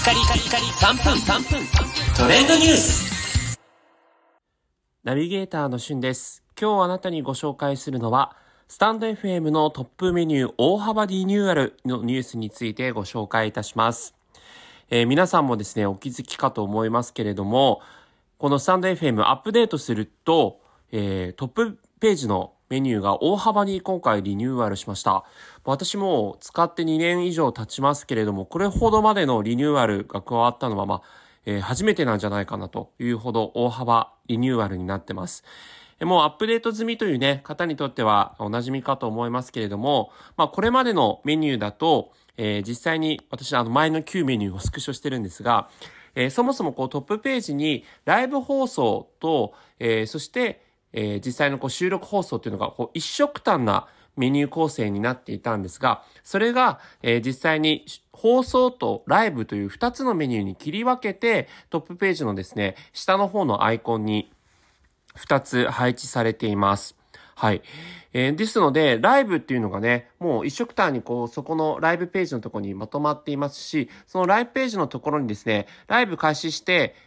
カリカリカリ3分トレンドニュース。 ナビゲーターのしゅんです。今日あなたにご紹介するのはスタンド FM のトップメニュー大幅リニューアルのニュースについてご紹介いたします。皆さんもですねお気づきかと思いますけれども、このスタンド FM アップデートすると、トップページのメニューが大幅に今回リニューアルしました。私も使って2年以上経ちますけれども、これほどまでのリニューアルが加わったのは初めてなんじゃないかなというほど大幅リニューアルになってます。もうアップデート済みというね方にとってはおなじみかと思いますけれども、これまでのメニューだと、実際に私前の旧メニューをスクショしてるんですが、そもそもトップページにライブ放送と、そして実際の収録放送というのが一色単なメニュー構成になっていたんですが、それが、実際に放送とライブという2つのメニューに切り分けてトップページのですね下の方のアイコンに2つ配置されています。はい。ですので、ライブっていうのがね、もう一色単にそこのライブページのところにまとまっていますし、そのライブページのところにですね、ライブ開始して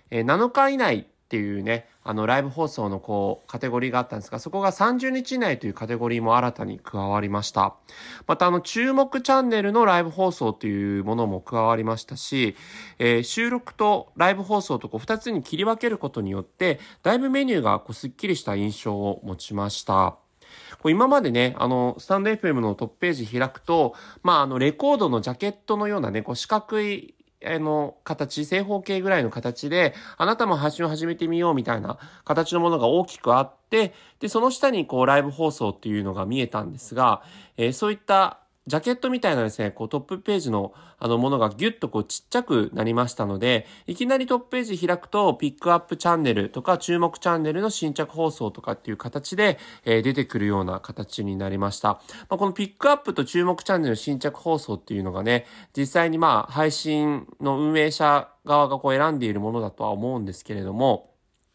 、7日以内っていうね、ライブ放送のカテゴリーがあったんですが、そこが30日以内というカテゴリーも新たに加わりました。また注目チャンネルのライブ放送というものも加わりましたし、収録とライブ放送と2つに切り分けることによって、だいぶメニューがすっきりした印象を持ちました。今までね、スタンド FM のトップページ開くと、レコードのジャケットのようなね、四角い形、正方形ぐらいの形で、あなたも配信を始めてみようみたいな形のものが大きくあって、で、その下にライブ放送っていうのが見えたんですが、そういったジャケットみたいなですね、トップページのものがギュッとちっちゃくなりましたので、いきなりトップページ開くと、ピックアップチャンネルとか注目チャンネルの新着放送とかっていう形で、出てくるような形になりました。このピックアップと注目チャンネルの新着放送っていうのがね、実際に配信の運営者側が選んでいるものだとは思うんですけれども、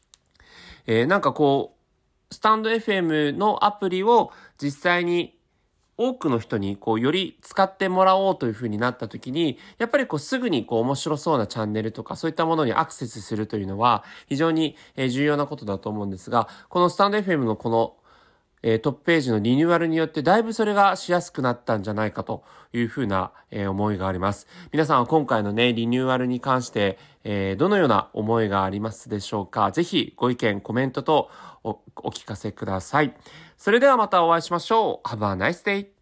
スタンド FM のアプリを実際に多くの人により使ってもらおうというふうになった時に、やっぱりすぐに面白そうなチャンネルとかそういったものにアクセスするというのは非常に重要なことだと思うんですが、このスタンド FM のトップページのリニューアルによってだいぶそれがしやすくなったんじゃないかというふうな思いがあります。皆さんは今回のねリニューアルに関してどのような思いがありますでしょうか。ぜひご意見コメントとお聞かせください。それではまたお会いしましょう。Have a nice day!